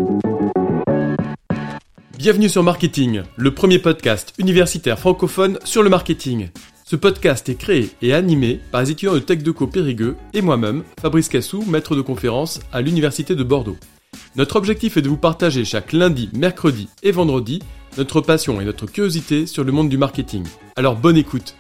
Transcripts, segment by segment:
Bienvenue sur Marketing, le premier podcast universitaire francophone sur le marketing. Ce podcast est créé et animé par les étudiants de TechDeco Périgueux et moi-même, Fabrice Cassou, maître de conférence à l'Université de Bordeaux. Notre objectif est de vous partager chaque lundi, mercredi et vendredi notre passion et notre curiosité sur le monde du marketing. Alors bonne écoute.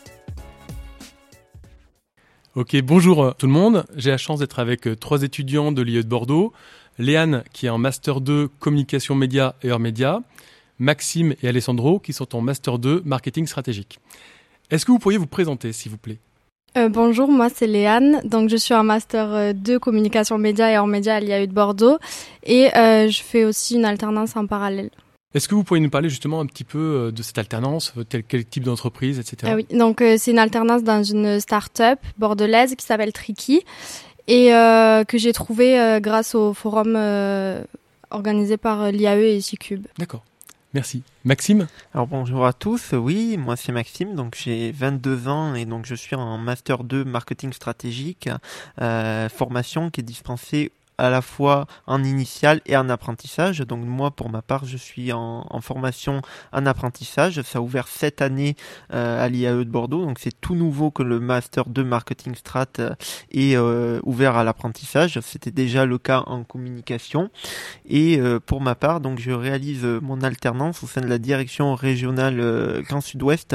Ok, bonjour tout le monde. J'ai la chance d'être avec 3 étudiants de l'IE de Bordeaux. Léane qui est en Master 2 Communication Média et Hors Média. Maxime et Alessandro qui sont en Master 2 Marketing Stratégique. Est-ce que vous pourriez vous présenter s'il vous plaît ? Bonjour, moi c'est Léane, donc je suis en Master 2 Communication Média et Hors Média à l'IAE de Bordeaux et je fais aussi une alternance en parallèle. Est-ce que vous pourriez nous parler justement un petit peu de cette alternance, quel type d'entreprise, etc. Oui, donc c'est une alternance dans une start-up bordelaise qui s'appelle Tricky et que j'ai trouvée grâce au forum organisé par l'IAE et SICUB. D'accord, merci. Maxime ? Alors bonjour à tous, oui, moi c'est Maxime, donc j'ai 22 ans et donc je suis en Master 2 Marketing Stratégique, formation qui est dispensée à la fois en initial et en apprentissage. Donc moi, pour ma part, je suis en formation en apprentissage. Ça a ouvert cette année à l'IAE de Bordeaux. Donc c'est tout nouveau que le Master 2 Marketing Strat est ouvert à l'apprentissage. C'était déjà le cas en communication. Et pour ma part, donc je réalise mon alternance au sein de la direction régionale Grand Sud-Ouest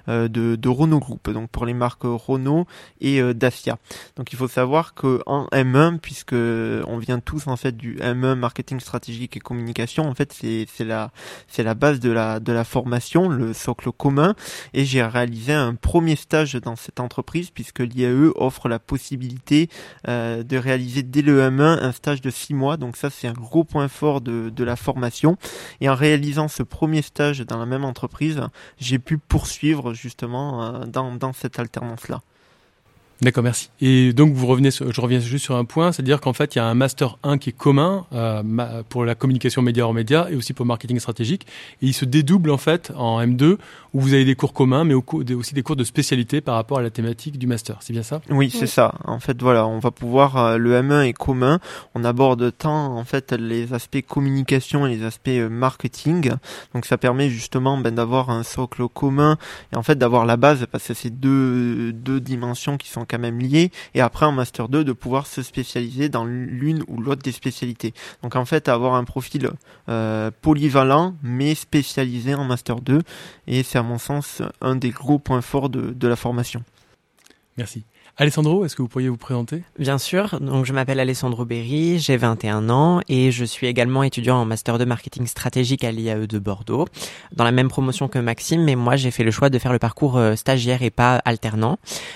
de Renault Group. Donc pour les marques Renault et Dacia. Donc il faut savoir qu'en M1, puisque on vient tous en fait du M1 marketing stratégique et communication. En fait, c'est la base de la formation, le socle commun. Et j'ai réalisé un premier stage dans cette entreprise puisque l'IAE offre la possibilité de réaliser dès le M1 un stage de 6 mois. Donc ça, c'est un gros point fort de la formation. Et en réalisant ce premier stage dans la même entreprise, j'ai pu poursuivre justement dans cette alternance-là. D'accord, merci. Et donc je reviens juste sur un point, c'est-à-dire qu'en fait il y a un Master 1 qui est commun pour la communication média hors média et aussi pour le marketing stratégique, et il se dédouble en fait en M2 où vous avez des cours communs mais aussi des cours de spécialité par rapport à la thématique du Master, c'est bien ça ? Oui, c'est ça. En fait, voilà, on va pouvoir, le M1 est commun, on aborde tant en fait les aspects communication et les aspects marketing, donc ça permet justement d'avoir un socle commun et en fait d'avoir la base parce que c'est deux dimensions qui sont quand même liées, et après en Master 2 de pouvoir se spécialiser dans l'une ou l'autre des spécialités. Donc en fait avoir un profil polyvalent mais spécialisé en Master 2, et c'est à mon sens un des gros points forts de la formation. Merci. Alessandro, est-ce que vous pourriez vous présenter ? Bien sûr, donc je m'appelle Alessandro Berry, j'ai 21 ans et je suis également étudiant en Master 2 Marketing Stratégique à l'IAE de Bordeaux, dans la même promotion que Maxime, mais moi j'ai fait le choix de faire le parcours stagiaire et pas alternant,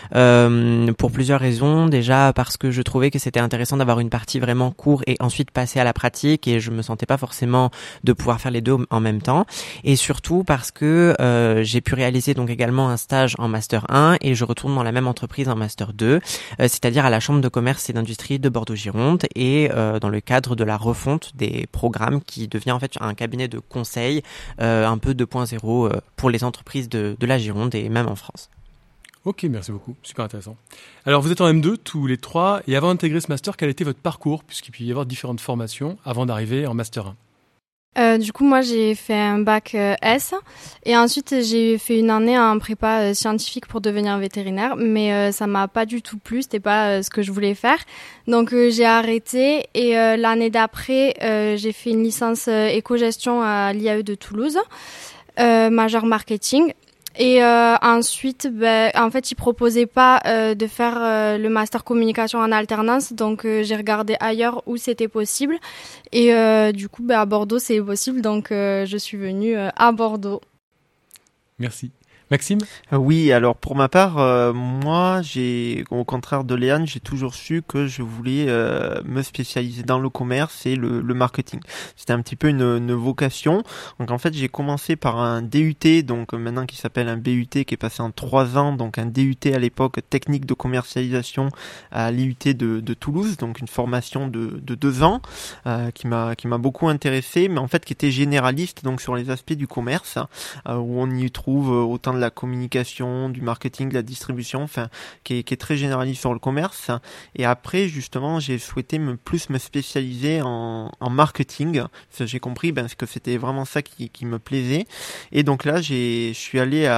pour plusieurs raisons. Déjà parce que je trouvais que c'était intéressant d'avoir une partie vraiment cours et ensuite passer à la pratique, et je me sentais pas forcément de pouvoir faire les deux en même temps, et surtout parce que j'ai pu réaliser donc également un stage en Master 1 et je retourne dans la même entreprise en Master 2, c'est-à-dire à la Chambre de commerce et d'industrie de Bordeaux-Gironde, et dans le cadre de la refonte des programmes qui devient en fait un cabinet de conseil un peu 2.0 pour les entreprises de la Gironde et même en France. Ok, merci beaucoup, super intéressant. Alors vous êtes en M2 tous les 3, et avant d'intégrer ce master, quel était votre parcours, puisqu'il peut y avoir différentes formations avant d'arriver en Master 1 ? Du coup, moi, j'ai fait un bac S et ensuite j'ai fait une année en prépa scientifique pour devenir vétérinaire, mais ça m'a pas du tout plu, c'était pas ce que je voulais faire. Donc j'ai arrêté, et l'année d'après, j'ai fait une licence éco-gestion à l'IAE de Toulouse, majeure marketing. Et ensuite, en fait, ils proposaient pas de faire le master communication en alternance, donc j'ai regardé ailleurs où c'était possible. Et du coup, à Bordeaux, c'est possible, donc je suis venue à Bordeaux. Merci. Maxime ? Oui, alors pour ma part, moi, au contraire de Léane, j'ai toujours su que je voulais me spécialiser dans le commerce et le marketing. C'était un petit peu une vocation. Donc en fait, j'ai commencé par un DUT, donc maintenant qui s'appelle un BUT, qui est passé en 3 ans, donc un DUT à l'époque technique de commercialisation à l'IUT de Toulouse, donc une formation de 2 ans qui m'a beaucoup intéressé, mais en fait qui était généraliste, donc sur les aspects du commerce, où on y trouve autant de la communication, du marketing, de la distribution, enfin qui est très généraliste sur le commerce. Et après justement j'ai souhaité me spécialiser en marketing. J'ai compris que c'était vraiment ça qui me plaisait. Et donc là je suis allé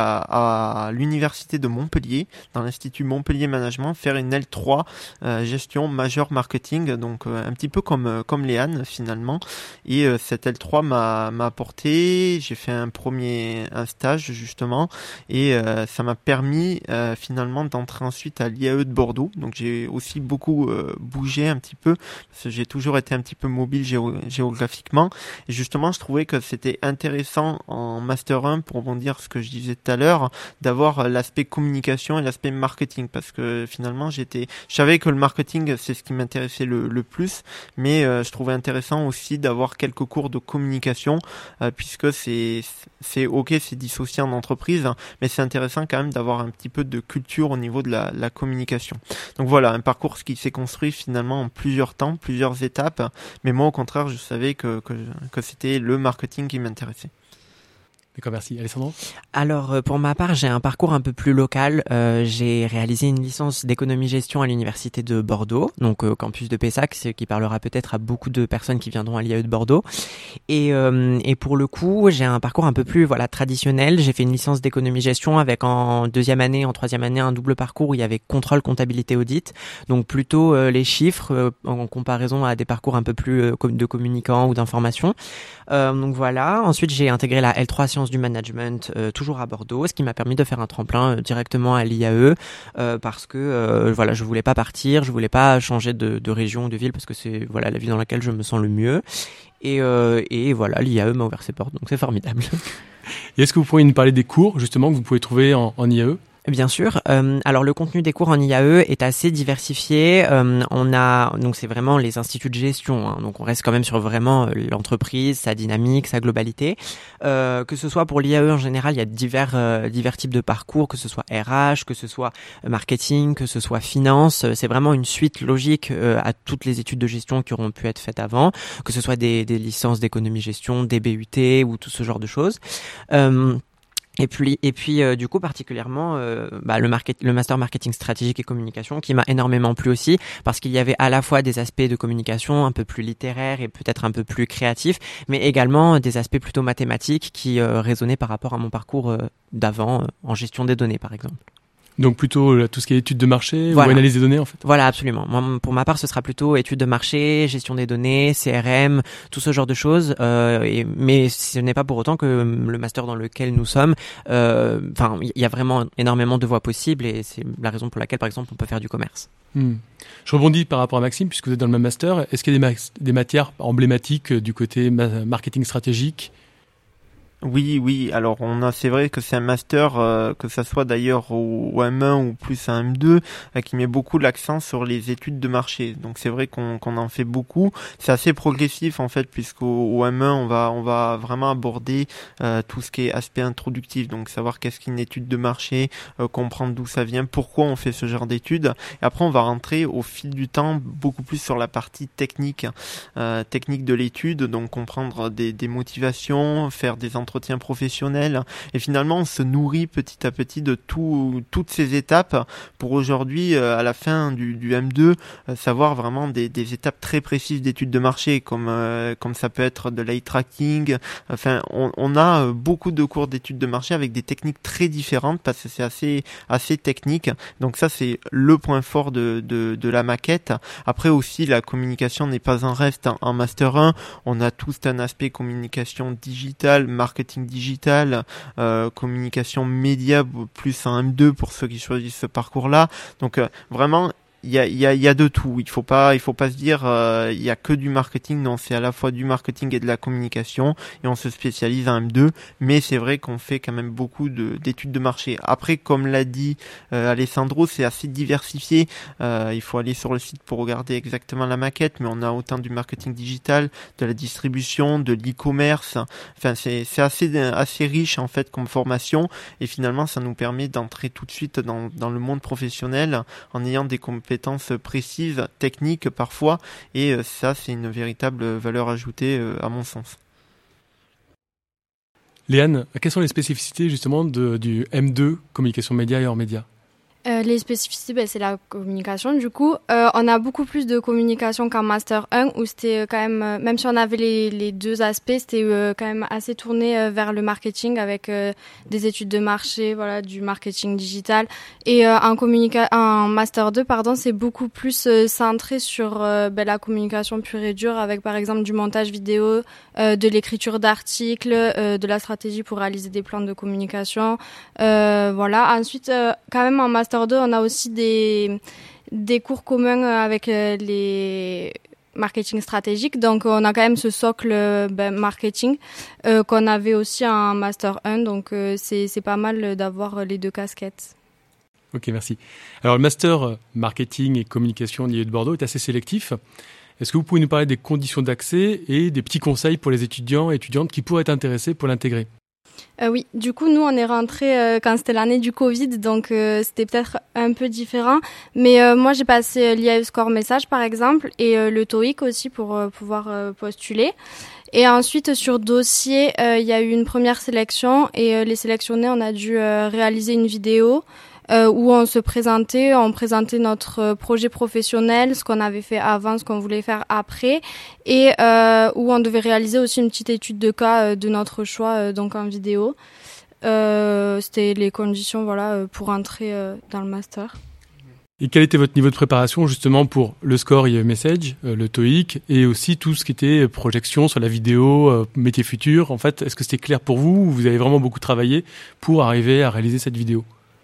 à l'université de Montpellier, dans l'institut Montpellier Management, faire une L3 gestion majeure marketing, donc un petit peu comme Léane finalement. Et cette L3 m'a apporté, j'ai fait un stage justement, et ça m'a permis finalement d'entrer ensuite à l'IAE de Bordeaux. Donc j'ai aussi beaucoup bougé un petit peu, parce que j'ai toujours été un petit peu mobile géographiquement. Et justement, je trouvais que c'était intéressant en Master 1, pour rebondir ce que je disais tout à l'heure, d'avoir l'aspect communication et l'aspect marketing, parce que finalement, je savais que le marketing, c'est ce qui m'intéressait le plus, mais je trouvais intéressant aussi d'avoir quelques cours de communication, puisque c'est ok, c'est dissocié en entreprise, mais c'est intéressant quand même d'avoir un petit peu de culture au niveau de la communication. Donc voilà, un parcours qui s'est construit finalement en plusieurs temps, plusieurs étapes, mais moi au contraire, je savais que c'était le marketing qui m'intéressait. D'accord, merci. Alessandro ? Alors, pour ma part, j'ai un parcours un peu plus local. J'ai réalisé une licence d'économie-gestion à l'université de Bordeaux, donc campus de Pessac, ce qui parlera peut-être à beaucoup de personnes qui viendront à l'IAE de Bordeaux. Et pour le coup, j'ai un parcours un peu plus traditionnel. J'ai fait une licence d'économie-gestion avec en deuxième année, en troisième année, un double parcours où il y avait contrôle, comptabilité, audit. Donc plutôt les chiffres en comparaison à des parcours un peu plus de communicants ou d'information. Donc voilà. Ensuite, j'ai intégré la L3 sciences du management, toujours à Bordeaux, ce qui m'a permis de faire un tremplin directement à l'IAE, parce que je voulais pas partir, je voulais pas changer de région ou de ville, parce que c'est la ville dans laquelle je me sens le mieux. Et voilà, l'IAE m'a ouvert ses portes, donc c'est formidable. Et est-ce que vous pourriez nous parler des cours justement que vous pouvez trouver en IAE ? Bien sûr. Alors le contenu des cours en IAE est assez diversifié. Donc c'est vraiment les instituts de gestion. Hein. Donc on reste quand même sur vraiment l'entreprise, sa dynamique, sa globalité. Que ce soit pour l'IAE en général, il y a divers types de parcours, que ce soit RH, que ce soit marketing, que ce soit finance. C'est vraiment une suite logique à toutes les études de gestion qui auront pu être faites avant, que ce soit des licences d'économie-gestion, des BUT ou tout ce genre de choses. Et puis du coup particulièrement le master marketing stratégique et communication qui m'a énormément plu aussi, parce qu'il y avait à la fois des aspects de communication un peu plus littéraires et peut-être un peu plus créatifs, mais également des aspects plutôt mathématiques qui résonnaient par rapport à mon parcours d'avant en gestion des données par exemple. Donc plutôt tout ce qui est études de marché ou analyse des données en fait. Voilà, absolument. Moi, pour ma part, ce sera plutôt études de marché, gestion des données, CRM, tout ce genre de choses. Mais ce n'est pas pour autant que le master dans lequel nous sommes, il y a vraiment énormément de voies possibles, et c'est la raison pour laquelle, par exemple, on peut faire du commerce. Je rebondis par rapport à Maxime, puisque vous êtes dans le même master. Est-ce qu'il y a des matières emblématiques du côté marketing stratégique ? Oui. Alors c'est vrai que c'est un master, que ça soit d'ailleurs au M1 ou plus un M2, qui met beaucoup l'accent sur les études de marché. Donc c'est vrai qu'on en fait beaucoup. C'est assez progressif en fait, puisqu'au M1 on va vraiment aborder tout ce qui est aspect introductif. Donc savoir qu'est-ce qu'une étude de marché, comprendre d'où ça vient, pourquoi on fait ce genre d'études. Et après on va rentrer au fil du temps beaucoup plus sur la partie technique de l'étude. Donc comprendre des motivations, faire des entretien professionnel, et finalement on se nourrit petit à petit de toutes ces étapes pour aujourd'hui à la fin du M2 savoir vraiment des étapes très précises d'études de marché, comme ça peut être de l'eye tracking. Enfin on a beaucoup de cours d'études de marché avec des techniques très différentes, parce que c'est assez technique. Donc ça c'est le point fort de la maquette. Après aussi la communication n'est pas un reste. En master 1 on a tout un aspect communication digitale, marketing digital, communication média, plus un M2 pour ceux qui choisissent ce parcours-là. Donc vraiment il y a de tout. Il faut pas se dire il y a que du marketing. Non, c'est à la fois du marketing et de la communication, et on se spécialise en M2, mais c'est vrai qu'on fait quand même beaucoup d'études de marché. Après, comme l'a dit Alessandro, c'est assez diversifié. Il faut aller sur le site pour regarder exactement la maquette, mais on a autant du marketing digital, de la distribution, de l'e-commerce. Enfin, c'est assez riche en fait comme formation, et finalement ça nous permet d'entrer tout de suite dans le monde professionnel en ayant des compétences précises, techniques parfois, et ça c'est une véritable valeur ajoutée à mon sens. Léane, quelles sont les spécificités justement du M2, communication média et hors média ? Les spécificités, c'est la communication. Du coup, on a beaucoup plus de communication qu'en Master 1, où c'était quand même, même si on avait les deux aspects, c'était quand même assez tourné vers le marketing avec des études de marché, voilà, du marketing digital. Et en Master 2, c'est beaucoup plus centré sur la communication pure et dure, avec par exemple du montage vidéo, de l'écriture d'articles, de la stratégie pour réaliser des plans de communication. Voilà. Ensuite, quand même en Master 2, on a aussi des cours communs avec les marketing stratégiques. Donc, on a quand même ce socle marketing qu'on avait aussi en Master 1. Donc, c'est pas mal d'avoir les deux casquettes. Ok, merci. Alors, le Master marketing et communication de l'IAE de Bordeaux est assez sélectif. Est-ce que vous pouvez nous parler des conditions d'accès et des petits conseils pour les étudiants et étudiantes qui pourraient être intéressés pour l'intégrer ? Oui, du coup, nous, on est rentrés quand c'était l'année du Covid, donc c'était peut-être un peu différent. Mais moi, j'ai passé l'IAE Score Message, par exemple, et le TOEIC aussi pour pouvoir postuler. Et ensuite, sur dossier, il y a eu une première sélection et les sélectionnés, on a dû réaliser une vidéo où on présentait notre projet professionnel, ce qu'on avait fait avant, ce qu'on voulait faire après, et où on devait réaliser aussi une petite étude de cas de notre choix, donc en vidéo. C'était les conditions, pour entrer dans le master. Et quel était votre niveau de préparation justement pour le score IAE Message, le TOEIC, et aussi tout ce qui était projection sur la vidéo, métier futur ? En fait, est-ce que c'était clair pour vous ou vous avez vraiment beaucoup travaillé pour arriver à réaliser cette vidéo ?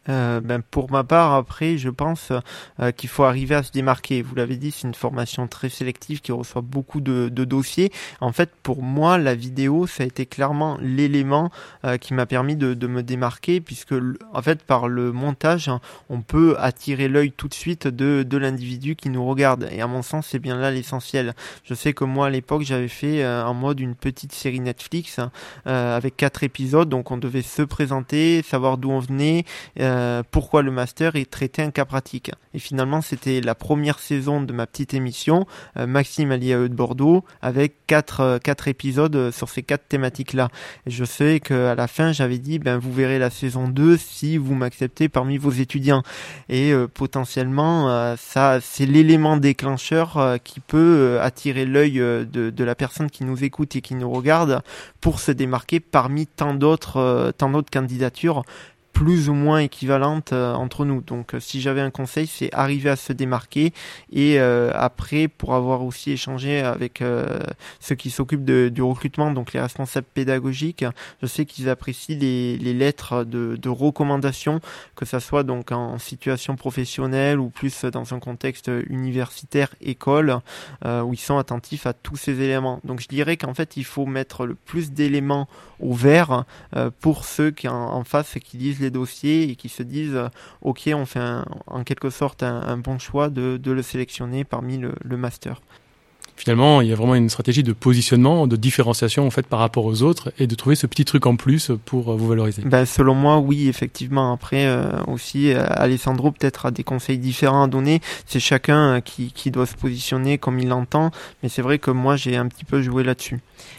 Pour ma part, après, je pense qu'il faut arriver à se démarquer. Vous l'avez dit, c'est une formation très sélective qui reçoit beaucoup de dossiers. En fait, pour moi, la vidéo, ça a été clairement l'élément qui m'a permis de me démarquer, puisque en fait, par le montage, on peut attirer l'œil tout de suite de l'individu qui nous regarde. Et à mon sens, c'est bien là l'essentiel. Je sais que moi, à l'époque, j'avais fait en mode une petite série Netflix avec 4 épisodes, donc on devait se présenter, savoir d'où on venait, pourquoi le master et traiter un cas pratique. Et finalement, c'était la première saison de ma petite émission, Maxime à l'IAE de Bordeaux, avec 4 épisodes sur ces 4 thématiques-là. Et je sais qu'à la fin, j'avais dit, vous verrez la saison 2 si vous m'acceptez parmi vos étudiants. Et potentiellement, ça, c'est l'élément déclencheur qui peut attirer l'œil de la personne qui nous écoute et qui nous regarde pour se démarquer parmi tant d'autres candidatures plus ou moins équivalentes entre nous. Donc si j'avais un conseil, c'est arriver à se démarquer et après, pour avoir aussi échangé avec ceux qui s'occupent du recrutement, donc les responsables pédagogiques, je sais qu'ils apprécient les lettres de recommandation, que ça soit donc en situation professionnelle ou plus dans un contexte universitaire, école, où ils sont attentifs à tous ces éléments. Donc je dirais qu'en fait, il faut mettre le plus d'éléments au vert pour ceux qui en face qui lisent les dossiers et qui se disent ok, on fait en quelque sorte un bon choix de le sélectionner parmi le master. Finalement, il y a vraiment une stratégie de positionnement, de différenciation en fait par rapport aux autres et de trouver ce petit truc en plus pour vous valoriser. Selon moi, oui, effectivement. Après, aussi, Alessandro peut-être a des conseils différents à donner. C'est chacun qui doit se positionner comme il l'entend. Mais c'est vrai que moi, j'ai un petit peu joué là-dessus.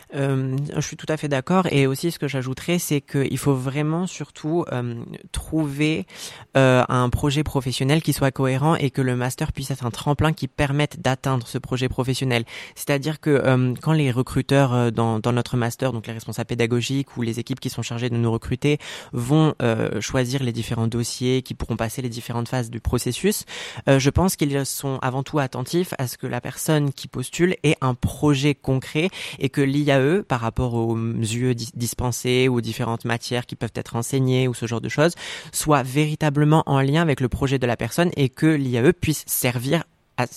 Je suis tout à fait d'accord, et aussi ce que j'ajouterais, c'est qu'il faut vraiment surtout trouver un projet professionnel qui soit cohérent et que le master puisse être un tremplin qui permette d'atteindre ce projet professionnel. C'est-à-dire que quand les recruteurs dans notre master, donc les responsables pédagogiques ou les équipes qui sont chargées de nous recruter, vont choisir les différents dossiers qui pourront passer les différentes phases du processus, je pense qu'ils sont avant tout attentifs à ce que la personne qui postule ait un projet concret et que l'IAE, par rapport aux yeux dispensés ou aux différentes matières qui peuvent être enseignées ou ce genre de choses, soit véritablement en lien avec le projet de la personne et que l'IAE puisse servir à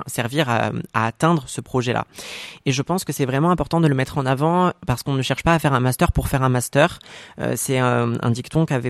atteindre ce projet-là. Et je pense que c'est vraiment important de le mettre en avant parce qu'on ne cherche pas à faire un master pour faire un master. C'est un dicton qu'avait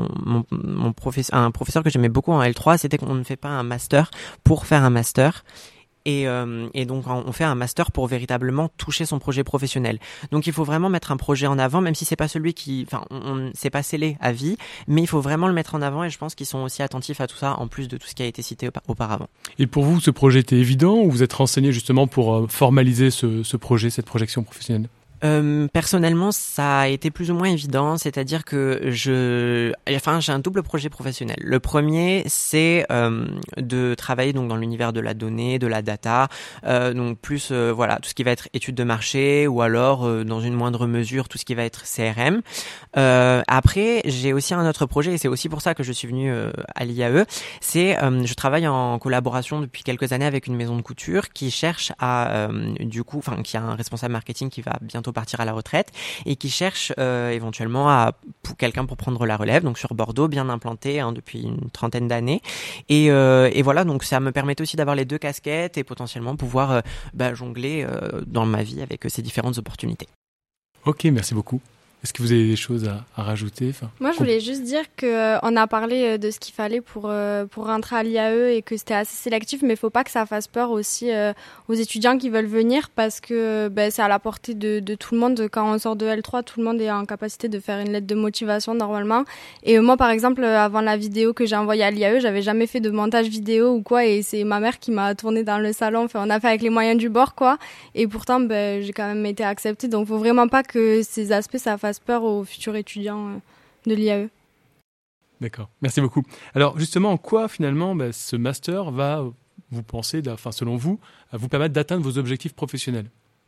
un professeur que j'aimais beaucoup en L3, c'était qu'on ne fait pas un master pour faire un master. Et donc on fait un master pour véritablement toucher son projet professionnel. Donc il faut vraiment mettre un projet en avant, même si c'est pas celui c'est pas scellé à vie, mais il faut vraiment le mettre en avant et je pense qu'ils sont aussi attentifs à tout ça en plus de tout ce qui a été cité auparavant. Et pour vous, ce projet était évident ou vous êtes renseigné justement pour formaliser ce projet, cette projection professionnelle ? Personnellement, ça a été plus ou moins évident, c'est-à-dire que j'ai un double projet professionnel. Le premier, c'est de travailler donc dans l'univers de la donnée, de la data, donc plus tout ce qui va être étude de marché ou alors dans une moindre mesure tout ce qui va être CRM. Après, j'ai aussi un autre projet et c'est aussi pour ça que je suis venu à l'IAE. C'est je travaille en collaboration depuis quelques années avec une maison de couture qui cherche à qui a un responsable marketing qui va bientôt partir à la retraite et qui cherche éventuellement pour quelqu'un pour prendre la relève, donc sur Bordeaux, bien implanté depuis une trentaine d'années. Et voilà, donc ça me permettait aussi d'avoir les deux casquettes et potentiellement pouvoir jongler dans ma vie avec ces différentes opportunités. Ok, merci beaucoup. Est-ce que vous avez des choses à rajouter? Moi, je voulais juste dire qu'on a parlé de ce qu'il fallait pour rentrer à l'IAE et que c'était assez sélectif, mais il ne faut pas que ça fasse peur aussi aux étudiants qui veulent venir parce que c'est à la portée de tout le monde. Quand on sort de L3, tout le monde est en capacité de faire une lettre de motivation normalement. Et moi, par exemple, avant la vidéo que j'ai envoyée à l'IAE, j'avais jamais fait de montage vidéo ou quoi, et c'est ma mère qui m'a tourné dans le salon. Enfin, on a fait avec les moyens du bord, quoi. Et pourtant, j'ai quand même été acceptée. Donc, il ne faut vraiment pas que ces aspects, ça fasse peur aux futurs étudiants de l'IAE. D'accord, merci beaucoup. Alors justement, en quoi finalement ce master va, vous pensez, selon vous, vous permettre d'atteindre vos objectifs professionnels?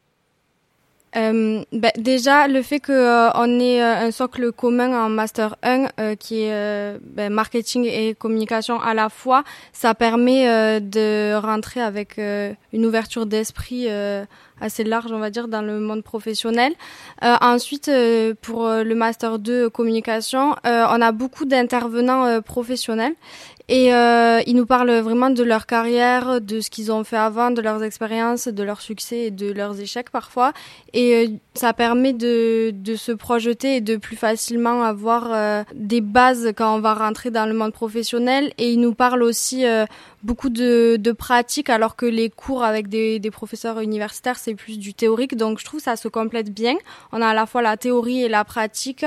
Déjà, le fait qu'on ait un socle commun en Master 1 qui est marketing et communication à la fois, ça permet de rentrer avec une ouverture d'esprit assez large, on va dire, dans le monde professionnel. Ensuite, pour le Master 2 communication, on a beaucoup d'intervenants professionnels. Et ils nous parlent vraiment de leur carrière, de ce qu'ils ont fait avant, de leurs expériences, de leurs succès et de leurs échecs parfois. Et ça permet de se projeter et de plus facilement avoir des bases quand on va rentrer dans le monde professionnel. Et ils nous parlent aussi beaucoup de pratiques, alors que les cours avec des professeurs universitaires, c'est plus du théorique. Donc je trouve que ça se complète bien. On a à la fois la théorie et la pratique.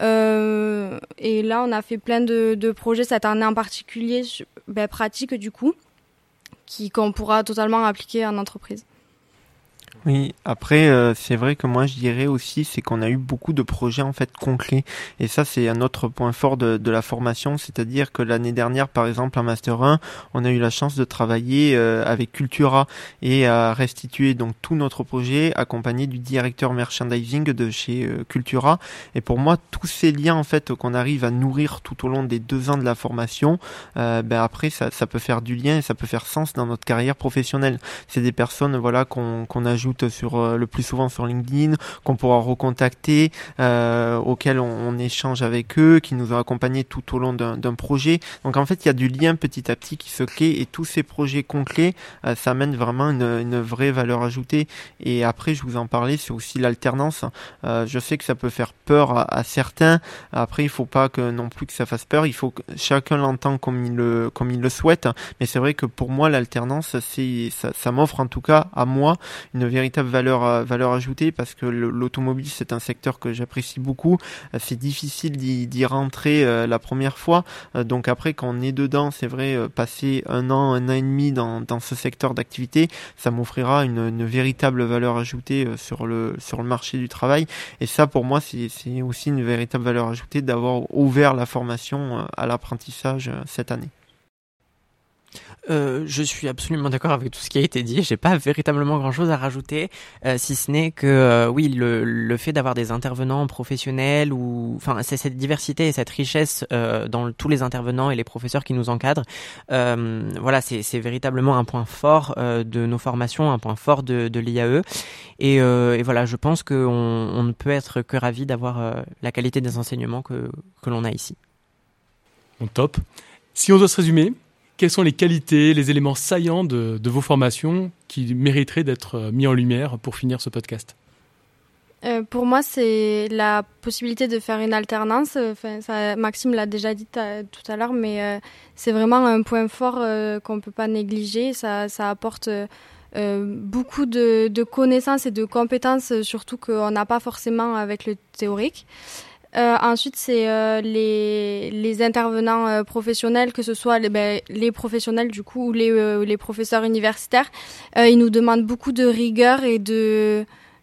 Et là, on a fait plein de projets cette année en particulier, pratique du coup, qu'on pourra totalement appliquer en entreprise. Oui, après c'est vrai que moi je dirais aussi c'est qu'on a eu beaucoup de projets en fait concrets et ça c'est un autre point fort de la formation, c'est-à-dire que l'année dernière par exemple en Master 1 on a eu la chance de travailler avec Cultura et à restituer donc tout notre projet accompagné du directeur merchandising de chez Cultura et pour moi tous ces liens en fait qu'on arrive à nourrir tout au long des 2 ans de la formation après ça peut faire du lien et ça peut faire sens dans notre carrière professionnelle. C'est des personnes qu'on ajoute le plus souvent sur LinkedIn, qu'on pourra recontacter, auxquels on échange avec eux, qui nous ont accompagnés tout au long d'un projet. Donc en fait, il y a du lien petit à petit qui se crée et tous ces projets concrets, ça amène vraiment une vraie valeur ajoutée. Et après, je vous en parlais, c'est aussi l'alternance. Je sais que ça peut faire peur à certains. Après, il faut pas non plus que ça fasse peur. Il faut que chacun l'entende comme il le souhaite. Mais c'est vrai que pour moi, l'alternance, ça m'offre en tout cas à moi une véritable valeur ajoutée parce que l'automobile c'est un secteur que j'apprécie beaucoup. C'est difficile d'y rentrer la première fois, donc après quand on est dedans, c'est vrai, passer un an et demi dans ce secteur d'activité, ça m'offrira une véritable valeur ajoutée sur le marché du travail et ça pour moi c'est aussi une véritable valeur ajoutée d'avoir ouvert la formation à l'apprentissage cette année. Je suis absolument d'accord avec tout ce qui a été dit. J'ai pas véritablement grand-chose à rajouter, si ce n'est que oui, le fait d'avoir des intervenants professionnels c'est cette diversité et cette richesse dans tous les intervenants et les professeurs qui nous encadrent. C'est véritablement un point fort de nos formations, un point fort de l'IAE. Et voilà, je pense qu'on ne peut être que ravi d'avoir la qualité des enseignements que l'on a ici. Bon, top. Si on doit se résumer, quelles sont les qualités, les éléments saillants de vos formations qui mériteraient d'être mis en lumière pour finir ce podcast? Pour moi, c'est la possibilité de faire une alternance. Maxime l'a déjà dit tout à l'heure, mais c'est vraiment un point fort qu'on ne peut pas négliger. Ça apporte beaucoup de connaissances et de compétences, surtout qu'on n'a pas forcément avec le théorique. Ensuite, c'est les intervenants professionnels, que ce soit les professionnels du coup ou les professeurs universitaires. Ils nous demandent beaucoup de rigueur et de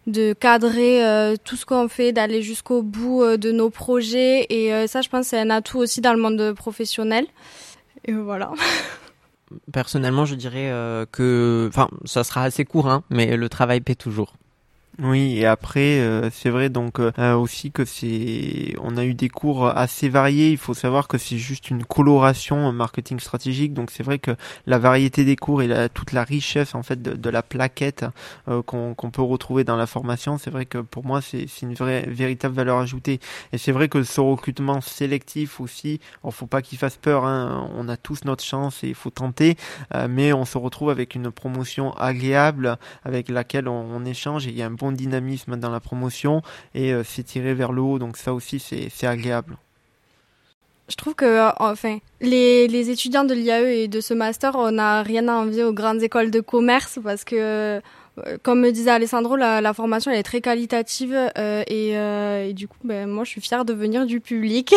de cadrer tout ce qu'on fait, d'aller jusqu'au bout de nos projets. Et ça, je pense, c'est un atout aussi dans le monde professionnel. Et voilà. Personnellement, je dirais que, ça sera assez court, mais le travail paie toujours. Oui, et après, c'est vrai donc aussi que on a eu des cours assez variés. Il faut savoir que c'est juste une coloration marketing stratégique, donc c'est vrai que la variété des cours et toute la richesse en fait de la plaquette qu'on peut retrouver dans la formation, c'est vrai que pour moi c'est une véritable valeur ajoutée. Et c'est vrai que ce recrutement sélectif aussi, faut pas qu'il fasse peur. On a tous notre chance et il faut tenter, mais on se retrouve avec une promotion agréable avec laquelle on échange et il y a un bon dynamisme dans la promotion et c'est tiré vers le haut, donc ça aussi c'est agréable. Je trouve que les étudiants de l'IAE et de ce master, on n'a rien à envier aux grandes écoles de commerce parce que comme me disait Alessandro, la formation elle est très qualitative et du coup moi je suis fière de venir du public.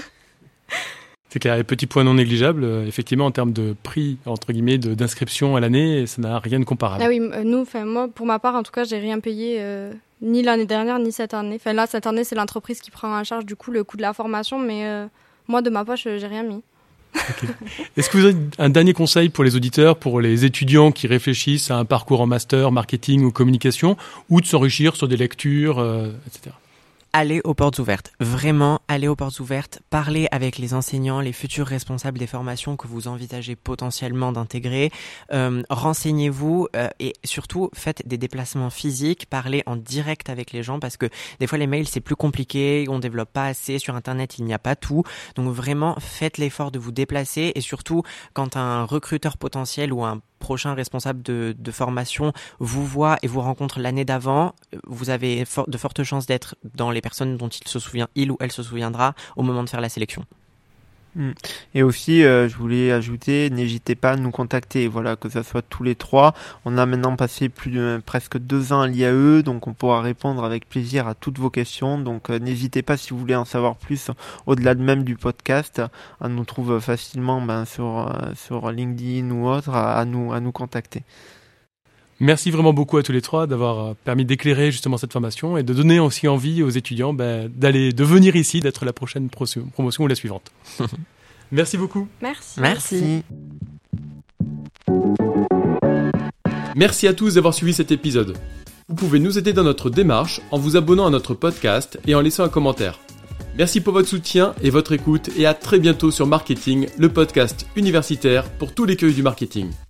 C'est clair, et petit point non négligeable, effectivement en termes de prix, entre guillemets, d'inscription à l'année, ça n'a rien de comparable. Ah oui, moi pour ma part en tout cas j'ai rien payé ni l'année dernière ni cette année. Enfin là cette année c'est l'entreprise qui prend en charge du coup le coût de la formation, mais moi de ma poche j'ai rien mis. Okay. Est-ce que vous avez un dernier conseil pour les auditeurs, pour les étudiants qui réfléchissent à un parcours en master, marketing ou communication, ou de s'enrichir sur des lectures, etc. Allez aux portes ouvertes, vraiment allez aux portes ouvertes, parlez avec les enseignants, les futurs responsables des formations que vous envisagez potentiellement d'intégrer, renseignez-vous et surtout faites des déplacements physiques, parlez en direct avec les gens parce que des fois les mails c'est plus compliqué, on développe pas assez, sur internet il n'y a pas tout, donc vraiment faites l'effort de vous déplacer et surtout quand un recruteur potentiel ou un prochain responsable de formation vous voit et vous rencontre l'année d'avant, vous avez de fortes chances d'être dans les personnes dont il ou elle se souviendra au moment de faire la sélection. Et aussi, je voulais ajouter, n'hésitez pas à nous contacter, voilà, que ça soit tous les trois. On a maintenant passé presque 2 ans à l'IAE, donc on pourra répondre avec plaisir à toutes vos questions. Donc n'hésitez pas si vous voulez en savoir plus au-delà de même du podcast, à nous trouver facilement sur LinkedIn ou autre, à nous contacter. Merci vraiment beaucoup à tous les trois d'avoir permis d'éclairer justement cette formation et de donner aussi envie aux étudiants de venir ici, d'être la prochaine promotion ou la suivante. Merci beaucoup. Merci. Merci à tous d'avoir suivi cet épisode. Vous pouvez nous aider dans notre démarche en vous abonnant à notre podcast et en laissant un commentaire. Merci pour votre soutien et votre écoute et à très bientôt sur Marketing, le podcast universitaire pour tous les curieux du marketing.